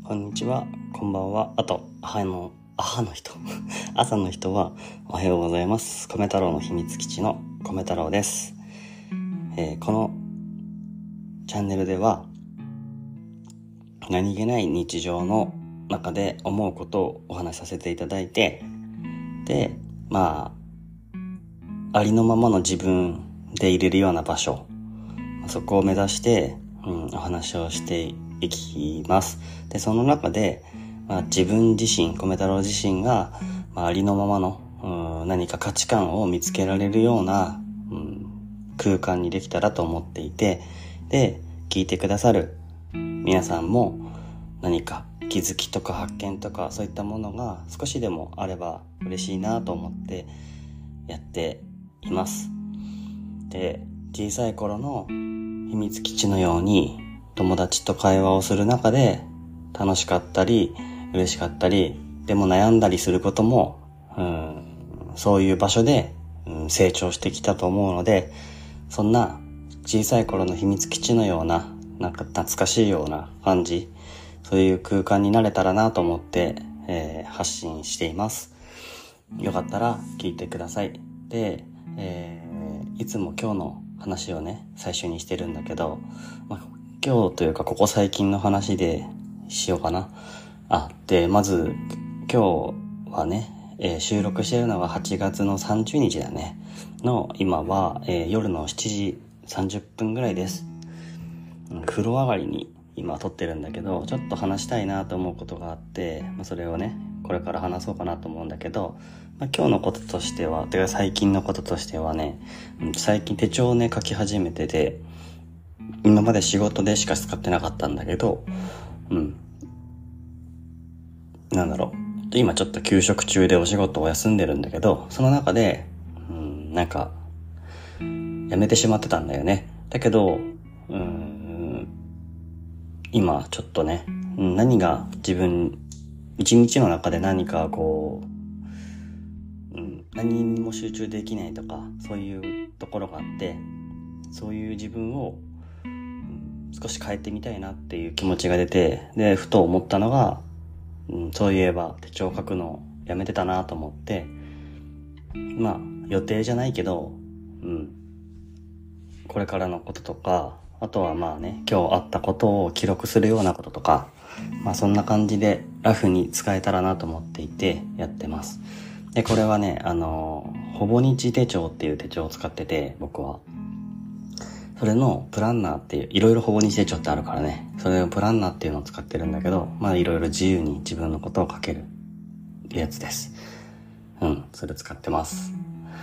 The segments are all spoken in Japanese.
こんにちは、こんばんは。あと、朝の人はおはようございます。米太郎の秘密基地の米太郎です。このチャンネルでは何気ない日常の中で思うことをお話しさせていただいて、で、ありのままの自分でいれるような場所、そこを目指して、お話をしていきます。で、その中で、自分自身、米太郎自身が、ありのままの何か価値観を見つけられるような、空間にできたらと思っていて、で、聞いてくださる皆さんも何か気づきとか発見とかそういったものが少しでもあれば嬉しいなと思ってやっています。で、小さい頃の秘密基地のように友達と会話をする中で楽しかったり嬉しかったり、でも悩んだりすることもそういう場所で成長してきたと思うので、そんな小さい頃の秘密基地のような、なんか懐かしいような感じ、そういう空間になれたらなと思って、発信しています。よかったら聞いてください。で、いつも今日の話をね最初にしてるんだけど、今日というかここ最近の話でしようかな。でまず今日はね、収録してるのが8月の30日だねの今は、夜の7時30分ぐらいです。風呂上がりに今撮ってるんだけど、ちょっと話したいなと思うことがあって、それをねこれから話そうかなと思うんだけど、今日のこととしては、てか最近のこととしてはね、最近手帳をね書き始めてて、今まで仕事でしか使ってなかったんだけど、今ちょっと休職中でお仕事を休んでるんだけど、その中でやめてしまってたんだよね。だけど今ちょっとね、何が自分一日の中で何か何にも集中できないとかそういうところがあって、そういう自分を少し変えてみたいなっていう気持ちが出て、でふと思ったのが、そういえば手帳書くのやめてたなと思って、予定じゃないけど、これからのこととか、あとは今日あったことを記録するようなこととか、そんな感じでラフに使えたらなと思っていてやってます。で、これはね、ほぼ日手帳っていう手帳を使ってて、僕は。それのプランナーっていう、いろいろほぼ日手帳ってあるからね、それをプランナーっていうのを使ってるんだけど、いろいろ自由に自分のことを書けるやつです。それ使ってます。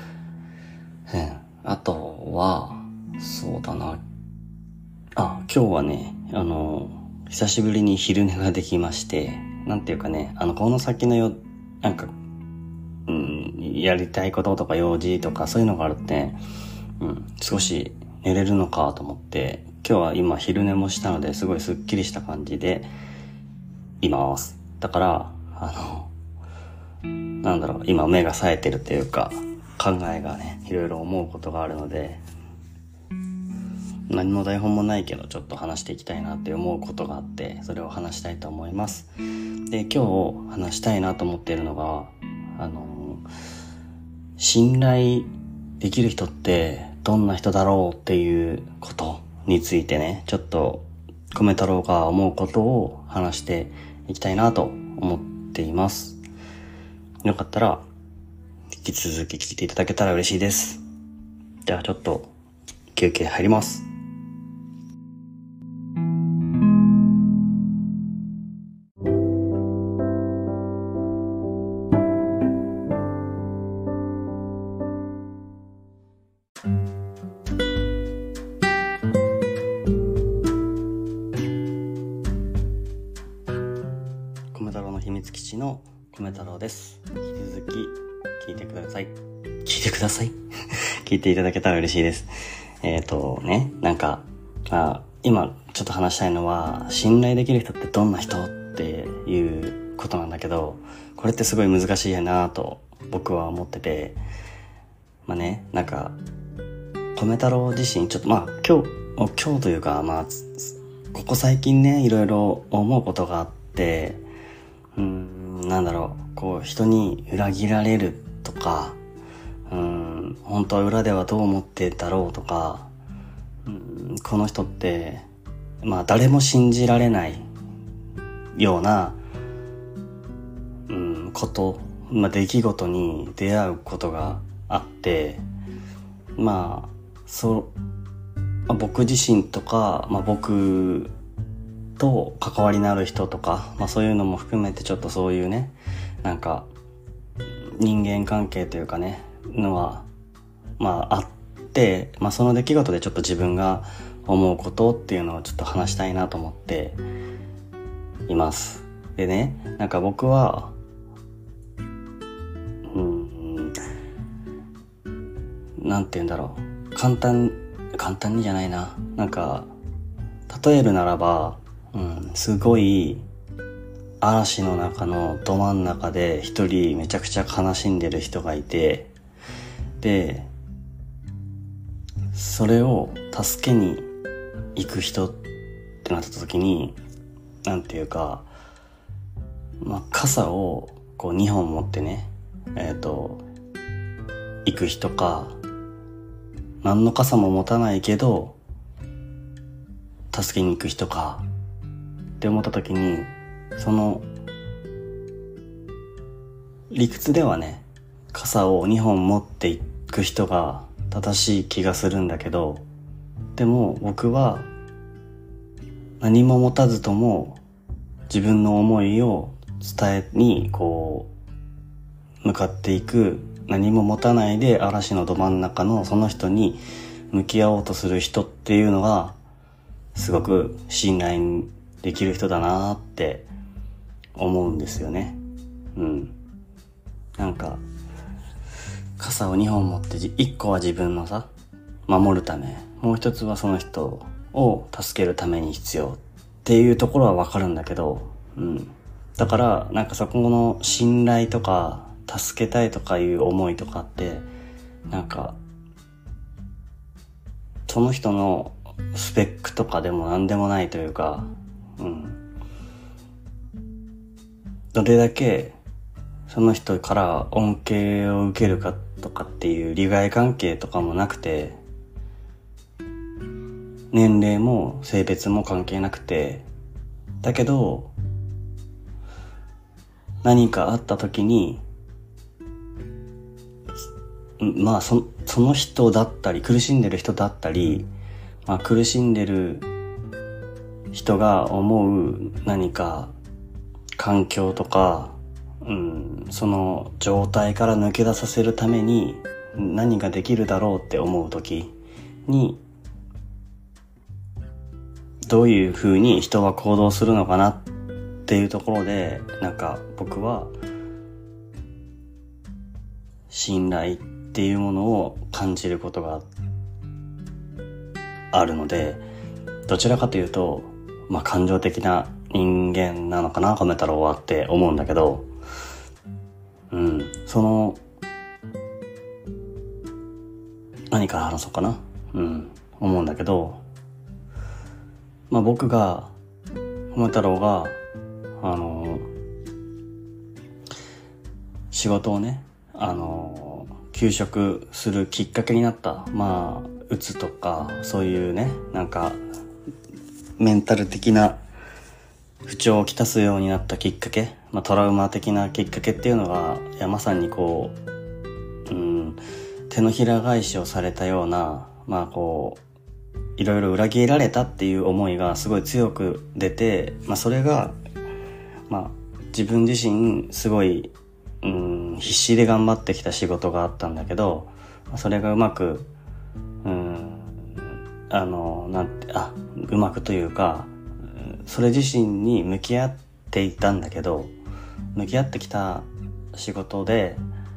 あとは、そうだな。今日はね、久しぶりに昼寝ができまして、なんていうかね、この先のやりたいこととか用事とかそういうのがあるって、少し寝れるのかと思って、今日は今昼寝もしたのですごいスッキリした感じでいます。だから今目が冴えてるというか、考えがねいろいろ思うことがあるので、何の台本もないけどちょっと話していきたいなって思うことがあって、それを話したいと思います。で、今日話したいなと思っているのが、信頼できる人ってどんな人だろうっていうことについてね、ちょっと米太郎が思うことを話していきたいなと思っています。よかったら引き続き聞いていただけたら嬉しいです。じゃあちょっと休憩入ります。米太郎の秘密基地の米太郎です。引き続き聞いてください聞いていただけたら嬉しいです。今ちょっと話したいのは、信頼できる人ってどんな人っていうことなんだけど、これってすごい難しいなと僕は思ってて、米太郎自身ちょっと今日というかここ最近ねいろいろ思うことがあって、こう人に裏切られるとか、本当は裏ではどう思ってだろうとか、この人って誰も信じられないような、出来事に出会うことがあって、僕自身とか、僕と関わりのある人とか、そういうのも含めてちょっとそういうね、人間関係というかね、のは、あって、その出来事でちょっと自分が思うことっていうのをちょっと話したいなと思っています。でね、僕は、なんて言うんだろう。簡単にじゃないな。例えるならば、すごい嵐の中のど真ん中で一人めちゃくちゃ悲しんでる人がいて、で、それを助けに行く人ってなった時に、傘をこう2本持ってね、行く人か、何の傘も持たないけど助けに行く人かって思った時に、その理屈ではね、傘を2本持っていく人が正しい気がするんだけど、でも僕は何も持たずとも自分の思いを伝えにこう向かっていく、何も持たないで嵐のど真ん中のその人に向き合おうとする人っていうのがすごく信頼できる人だなって思うんですよね。傘を2本持って1個は自分の守るため、もう一つはその人を助けるために必要っていうところはわかるんだけど、だからそこの信頼とか助けたいとかいう思いとかってその人のスペックとかでも何でもないというか、どれだけその人から恩恵を受けるかとかっていう利害関係とかもなくて、年齢も性別も関係なくて、だけど何かあった時にその人だったり苦しんでる人だったり、苦しんでる人が思う何か環境とか、その状態から抜け出させるために何ができるだろうって思う時に、どういう風に人は行動するのかなっていうところで、僕は信頼っていうものを感じることがあるので、どちらかというと感情的な人間なのかな、コメ太郎はって思うんだけど、何から話そうかな、思うんだけど、僕がコメ太郎が仕事をね、休職するきっかけになった、うつとかそういうね、メンタル的な不調をきたすようになったきっかけ、トラウマ的なきっかけっていうのが、まさにこう、手のひら返しをされたような、いろいろ裏切られたっていう思いがすごい強く出て、それが、自分自身すごい、必死で頑張ってきた仕事があったんだけど、それがうまく、うまくというか、それ自身に向き合っていたんだけど、向き合ってきた仕事で、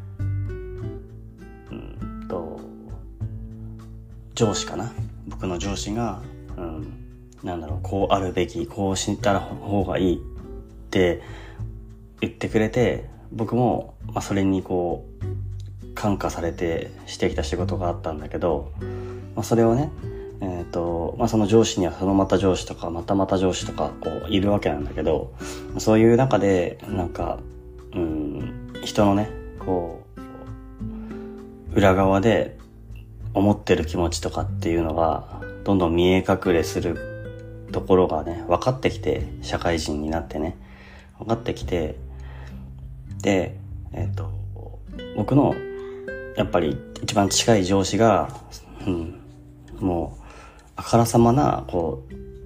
上司かな、僕の上司が、こうあるべき、こうした方がいいって言ってくれて、僕も、それにこう感化されてしてきた仕事があったんだけど、それをね、 その上司にはそのまた上司とかまたまた上司とかこういるわけなんだけど、そういう中でなんか人のねこう裏側で思ってる気持ちとかっていうのがどんどん見え隠れするところがね分かってきて、社会人になってね分かってきて、で僕のやっぱり一番近い上司が、もうあからさまなこ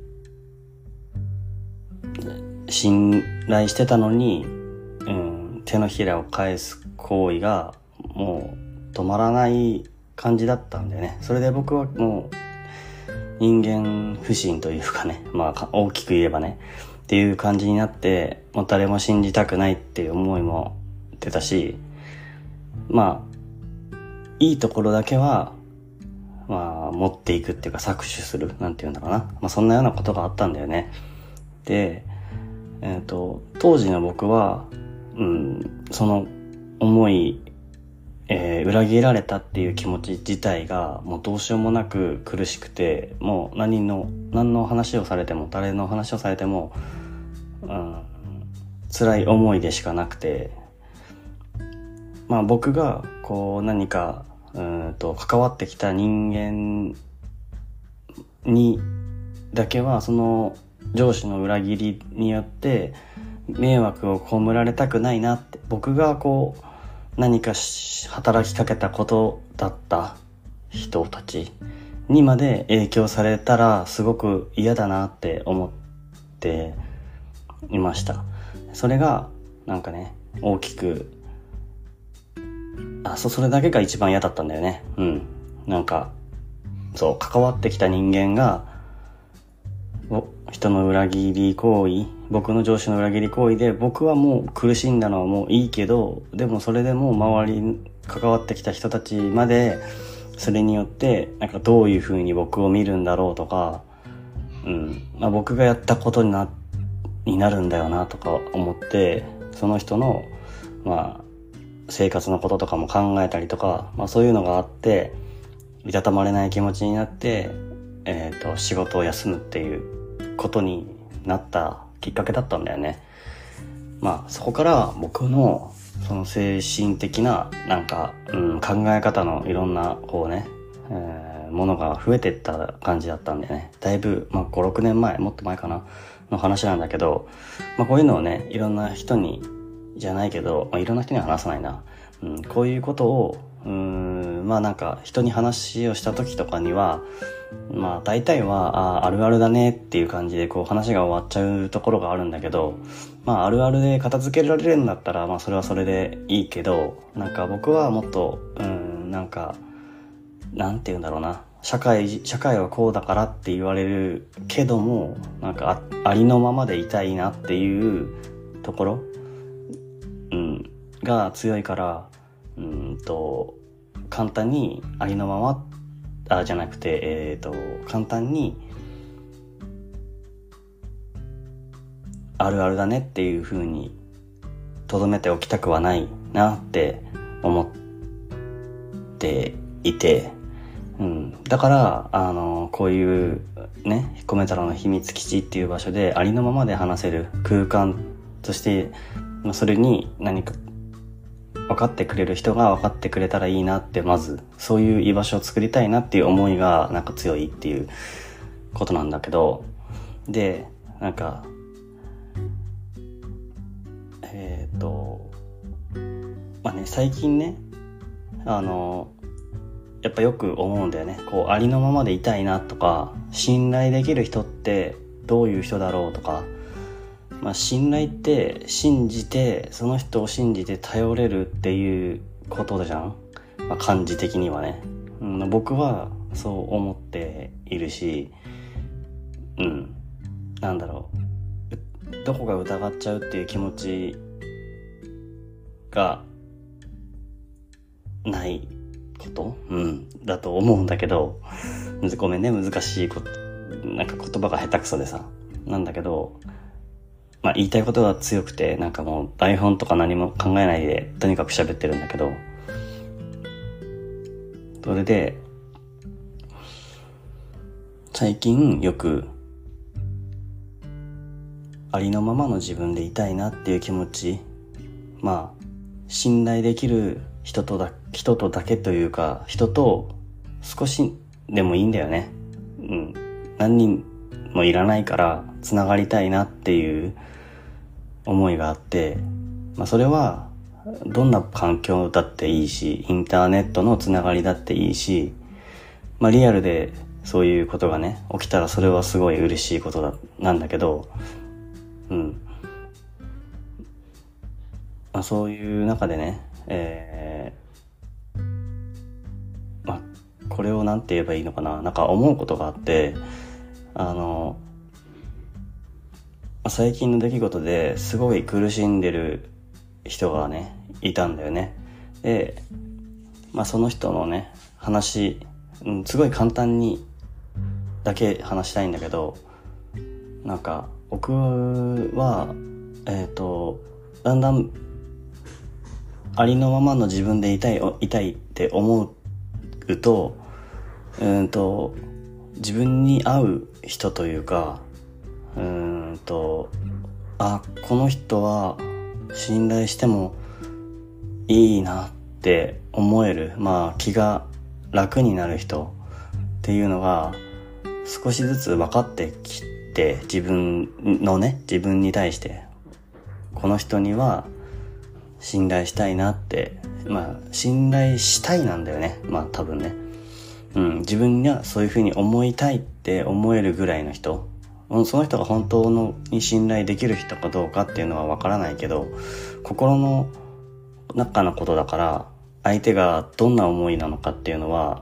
う信頼してたのに、手のひらを返す行為がもう止まらない感じだったんだよね。それで僕はもう人間不信というかね、大きく言えばねっていう感じになって、もう誰も信じたくないっていう思いも出たし、いいところだけは持っていくっていうか搾取する、なんていうんだろうな、そんなようなことがあったんだよね。で、当時の僕は、その思い、裏切られたっていう気持ち自体がもうどうしようもなく苦しくて、もう何の話をされても誰の話をされても、辛い思いでしかなくて、僕がこう何か関わってきた人間にだけはその上司の裏切りによって迷惑を被られたくないなって、僕がこう何か働きかけたことだった人たちにまで影響されたらすごく嫌だなって思っていました。それがなんかね大きくそれだけが一番嫌だったんだよね。なんかそう関わってきた人間が人の裏切り行為、僕の上司の裏切り行為で僕はもう苦しんだのはもういいけど、でもそれでも周りに関わってきた人たちまでそれによってなんかどういう風に僕を見るんだろうとか、僕がやったことになるんだよなとか思って、その人の生活のこととかも考えたりとか、そういうのがあっていたたまれない気持ちになって、仕事を休むっていうことになったきっかけだったんだよね。そこから僕のその精神的ななんか、考え方のいろんなこうね、ものが増えていった感じだったんだよね。だいぶ、5、6年前、もっと前かなの話なんだけど、こういうのをねいろんな人にじゃないけど、いろんな人には話さないな、こういうことをなんか人に話をした時とかには大体はあるあるだねっていう感じでこう話が終わっちゃうところがあるんだけど、あるあるで片付けられるんだったらそれはそれでいいけど、なんか僕はもっとなんかなんて言うんだろうな、社会はこうだからって言われるけども、なんかありのままでいたいなっていうところ、が強いから、簡単にありのままじゃなくて、簡単にあるあるだねっていう風に留めておきたくはないなって思っていて、だからこういうねコメ太郎の秘密基地っていう場所でありのままで話せる空間として、それに何か分かってくれる人が分かってくれたらいいなって、まずそういう居場所を作りたいなっていう思いがなんか強いっていうことなんだけど、でなんか最近ねやっぱよく思うんだよね。こうありのままでいたいなとか、信頼できる人ってどういう人だろうとか、信頼ってその人を信じて頼れるっていうことじゃん、感じ的にはね、僕はそう思っているし、なんだろう、どこが疑っちゃうっていう気持ちがないこと、だと思うんだけど、ごめんね難しいなんか言葉が下手くそでさなんだけど、言いたいことが強くて、なんかもう台本とか何も考えないでとにかく喋ってるんだけど、それで最近よくありのままの自分でいたいなっていう気持ち、信頼できる人とだけというか、人と少しでもいいんだよね。何人もいらないからつながりたいなっていう思いがあって、それはどんな環境だっていいし、インターネットのつながりだっていいし、リアルでそういうことがね起きたらそれはすごい嬉しいことなんだけど、そういう中でね、これをなんて言えばいいのかな、思うことがあって、最近の出来事ですごい苦しんでる人がねいたんだよね。で、その人のね話、すごい簡単にだけ話したいんだけど、僕はだんだんありのままの自分でいたいって思うと、自分に合う人というか、この人は信頼してもいいなって思える、気が楽になる人っていうのが少しずつ分かってきて、自分に対してこの人には信頼したいなって、信頼したいなんだよね、多分ね、自分にはそういう風に思いたいって思えるぐらいの人、その人が本当に信頼できる人かどうかっていうのは分からないけど、心の中のことだから、相手がどんな思いなのかっていうのは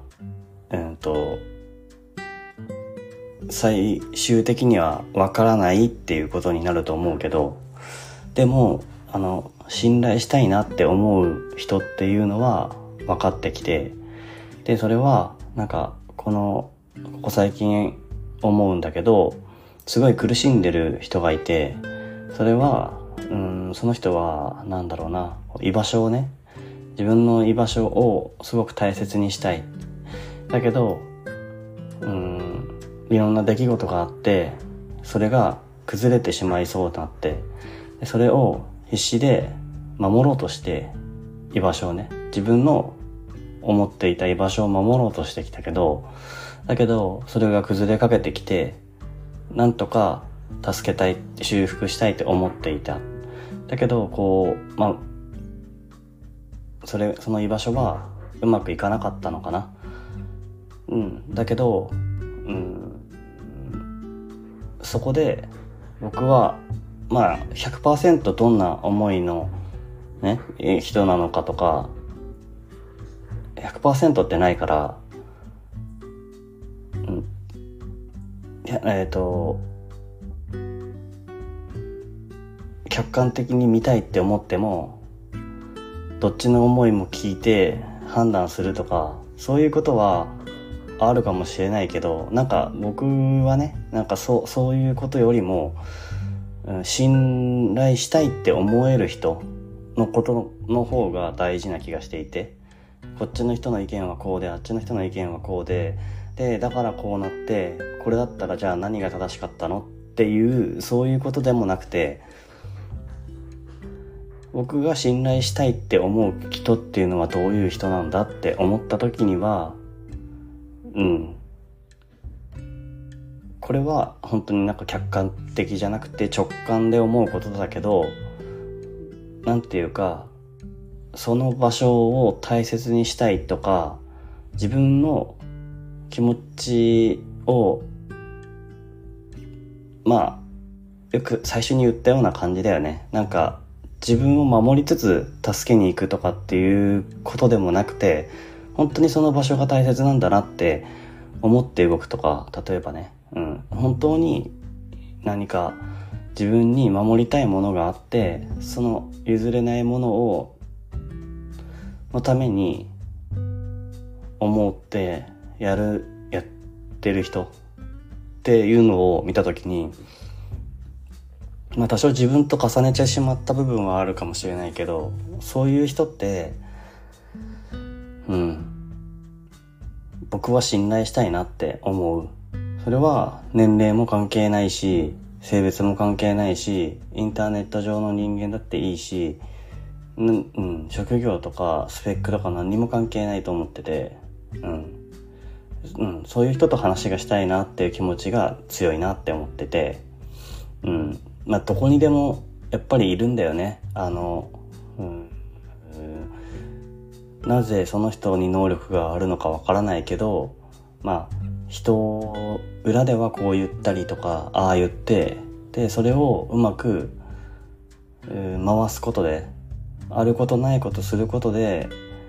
最終的には分からないっていうことになると思うけど、でも信頼したいなって思う人っていうのは分かってきて、でそれはここ最近思うんだけど、すごい苦しんでる人がいて、それはその人は居場所をね、自分の居場所をすごく大切にしたい。だけどいろんな出来事があって、それが崩れてしまいそうになって、それを必死で守ろうとして、居場所をね、自分の思っていた居場所を守ろうとしてきたけど、だけどそれが崩れかけてきて、なんとか助けたい、修復したいって思っていた。だけどその居場所はうまくいかなかったのかな。だけどそこで僕は100% どんな思いのね人なのかとか 100% ってないから、客観的に見たいって思っても、どっちの思いも聞いて判断するとか、そういうことはあるかもしれないけど、僕はね、そういうことよりも、信頼したいって思える人のことの方が大事な気がしていて、こっちの人の意見はこうで、あっちの人の意見はこうで、だからこうなって、これだったらじゃあ何が正しかったのっていう、そういうことでもなくて、僕が信頼したいって思う人っていうのはどういう人なんだって思った時には、これは本当に客観的じゃなくて直感で思うことだけど、なんていうか、その場所を大切にしたいとか、自分の気持ちをよく最初に言ったような感じだよね。自分を守りつつ助けに行くとかっていうことでもなくて、本当にその場所が大切なんだなって思って動くとか、例えばね、本当に何か自分に守りたいものがあって、その譲れないもののために思ってやってる人っていうのを見たときに、多少自分と重ねてしまった部分はあるかもしれないけど、そういう人って僕は信頼したいなって思う。 それは年齢も関係ないし、性別も関係ないし、インターネット上の人間だっていいし、職業とかスペックとか何にも関係ないと思ってて、そういう人と話がしたいなっていう気持ちが強いなって思ってて、どこにでもやっぱりいるんだよね。なぜその人に能力があるのかわからないけど、人裏ではこう言ったりとかああ言って、でそれをうまく回すことで、あることないことすることで、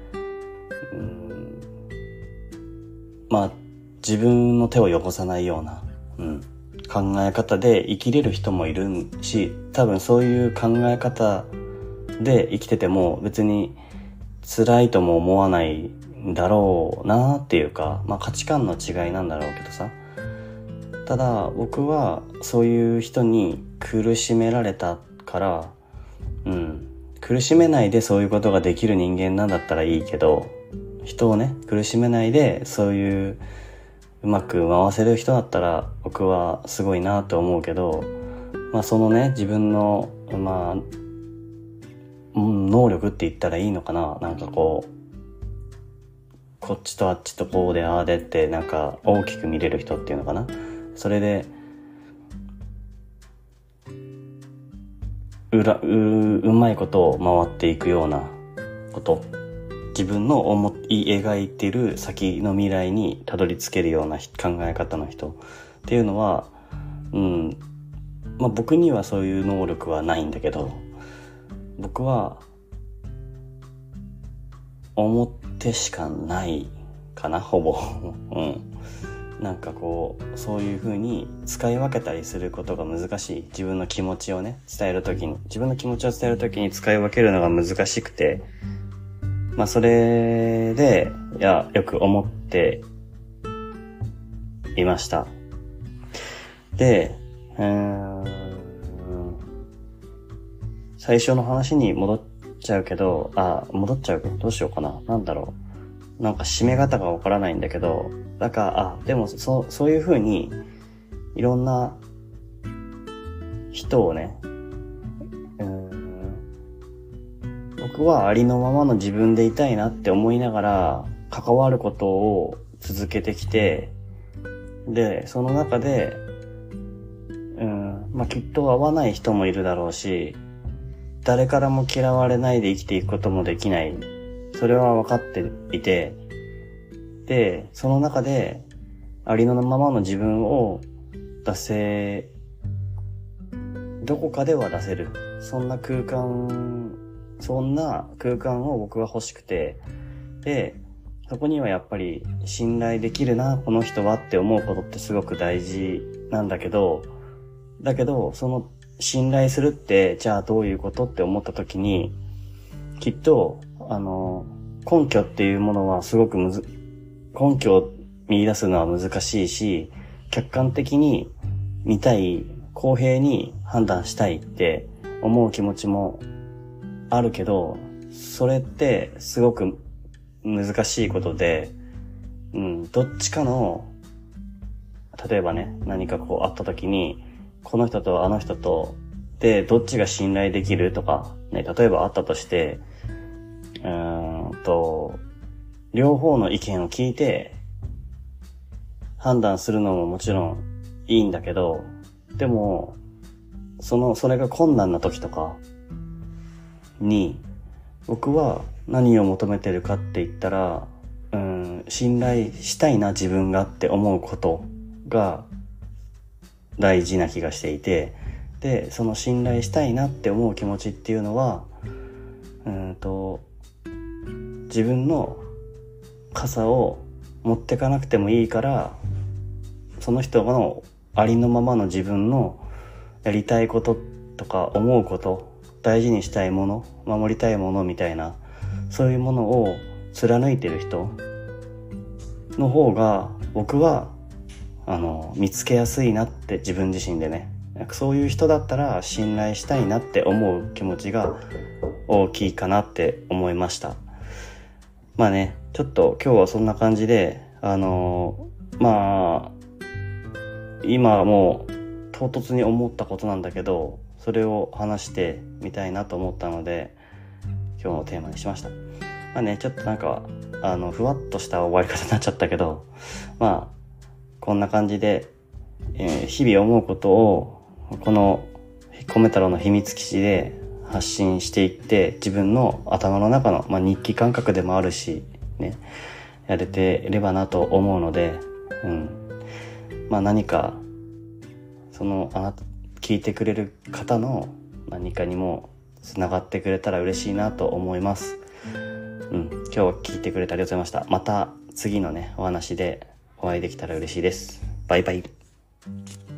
自分の手を汚さないような、考え方で生きれる人もいるし、多分そういう考え方で生きてても別に辛いとも思わないんだろうなっていうか、価値観の違いなんだろうけどさ。ただ僕はそういう人に苦しめられたから、苦しめないでそういうことができる人間なんだったらいいけど、人をね苦しめないでそういううまく回せる人だったら僕はすごいなと思うけど、そのね自分の能力って言ったらいいのかな、こっちとあっちとこうでああでって大きく見れる人っていうのかな。それでうまいことを回っていくようなこと、自分の思い描いている先の未来にたどり着けるような考え方の人っていうのは、僕にはそういう能力はないんだけど、僕は思ってしかないかな、ほぼそういう風に使い分けたりすることが難しい。自分の気持ちをね伝えるときに使い分けるのが難しくて、それでよく思っていました。で、最初の話に戻っちゃうけど、どうしようかな。締め方がわからないんだけど、でもそういう風にいろんな人をね、僕はありのままの自分でいたいなって思いながら関わることを続けてきて、でその中できっと合わない人もいるだろうし、誰からも嫌われないで生きていくこともできない。それは分かっていて、でその中でありのままの自分をどこかでは出せる、そんな空間を僕は欲しくて、でそこにはやっぱり信頼できるなこの人はって思うことってすごく大事なんだけど、その信頼するってじゃあどういうことって思った時に、きっと根拠っていうものはすごく根拠を見出すのは難しいし、客観的に見たい、公平に判断したいって思う気持ちもあるけど、それってすごく難しいことで、どっちかの、例えばね何か会った時にこの人とあの人とでどっちが信頼できるとかね、例えばあったとして、両方の意見を聞いて判断するのももちろんいいんだけど、でもそれが困難な時とかに僕は何を求めてるかって言ったら、信頼したいな自分がって思うことが大事な気がしていて、でその信頼したいなって思う気持ちっていうのは自分の傘を持ってかなくてもいいから、その人のありのままの自分のやりたいこととか思うこと、大事にしたいもの、守りたいものみたいな、そういうものを貫いてる人の方が僕は見つけやすいなって、自分自身でね、そういう人だったら信頼したいなって思う気持ちが大きいかなって思いました。ちょっと今日はそんな感じで今もう唐突に思ったことなんだけど、それを話してみたいなと思ったので今日のテーマにしました。ちょっとなんかふわっとした終わり方になっちゃったけど、こんな感じで、日々思うことをこの米太郎の秘密基地で発信していって、自分の頭の中の、日記感覚でもあるしね、やれてればなと思うので、何か聞いてくれる方の何かにもつながってくれたら嬉しいなと思います。今日は聞いてくれてありがとうございました。また次のねお話でお会いできたら嬉しいです。バイバイ。